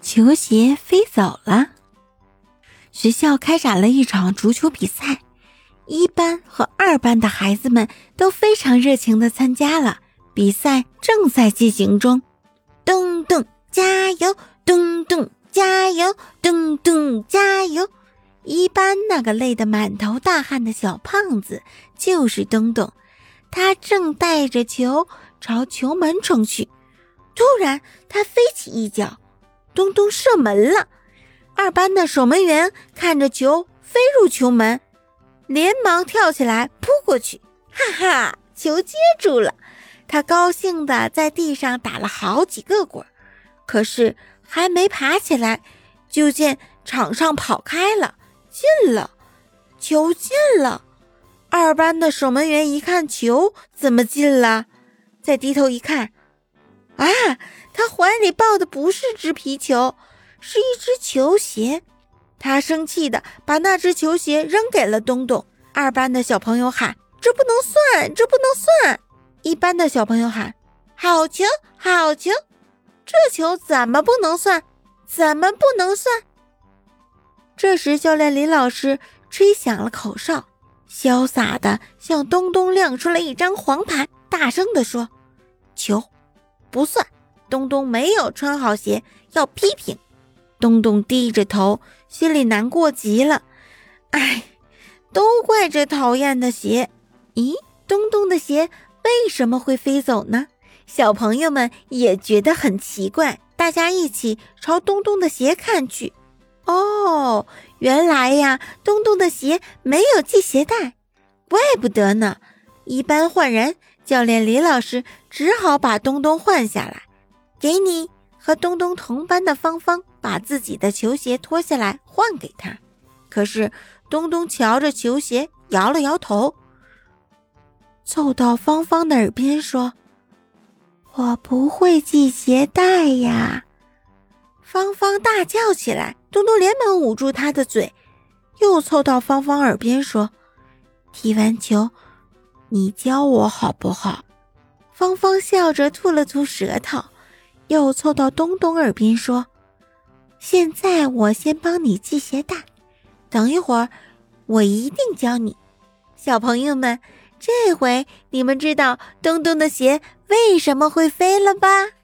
球鞋飞走了。学校开展了一场足球比赛，一班和二班的孩子们都非常热情地参加了，比赛正在进行中。咚咚加油，咚咚加油，咚咚加油。一班那个累得满头大汗的小胖子就是东东，他正带着球朝球门冲去。突然他飞起一脚，东东射门了。二班的守门员看着球飞入球门，连忙跳起来扑过去，哈哈，球接住了。他高兴地在地上打了好几个滚，可是还没爬起来，就见场上跑开了，进了，球进了。二班的守门员一看球怎么进了，再低头一看，啊，他怀里抱的不是只皮球，是一只球鞋。他生气地把那只球鞋扔给了东东。二班的小朋友喊，这不能算，这不能算。一班的小朋友喊，好球，好球，这球怎么不能算，怎么不能算。这时教练李老师吹响了口哨，潇洒地向东东亮出了一张黄牌，大声地说，球不算，东东没有穿好鞋，要批评。东东低着头，心里难过极了。哎，都怪这讨厌的鞋。咦，东东的鞋为什么会飞走呢？小朋友们也觉得很奇怪，大家一起朝东东的鞋看去。哦，原来呀，东东的鞋没有系鞋带，怪不得呢。一班换人，教练李老师只好把东东换下来。给你。和东东同班的芳芳把自己的球鞋脱下来换给他，可是东东瞧着球鞋摇了摇头，凑到芳芳的耳边说，我不会系鞋带呀。芳芳大叫起来，东东连忙捂住她的嘴，又凑到芳芳耳边说，踢完球你教我好不好？芳芳笑着吐了吐舌头，又凑到东东耳边说，现在我先帮你系鞋带，等一会儿我一定教你。小朋友们，这回你们知道东东的鞋为什么会飞了吧？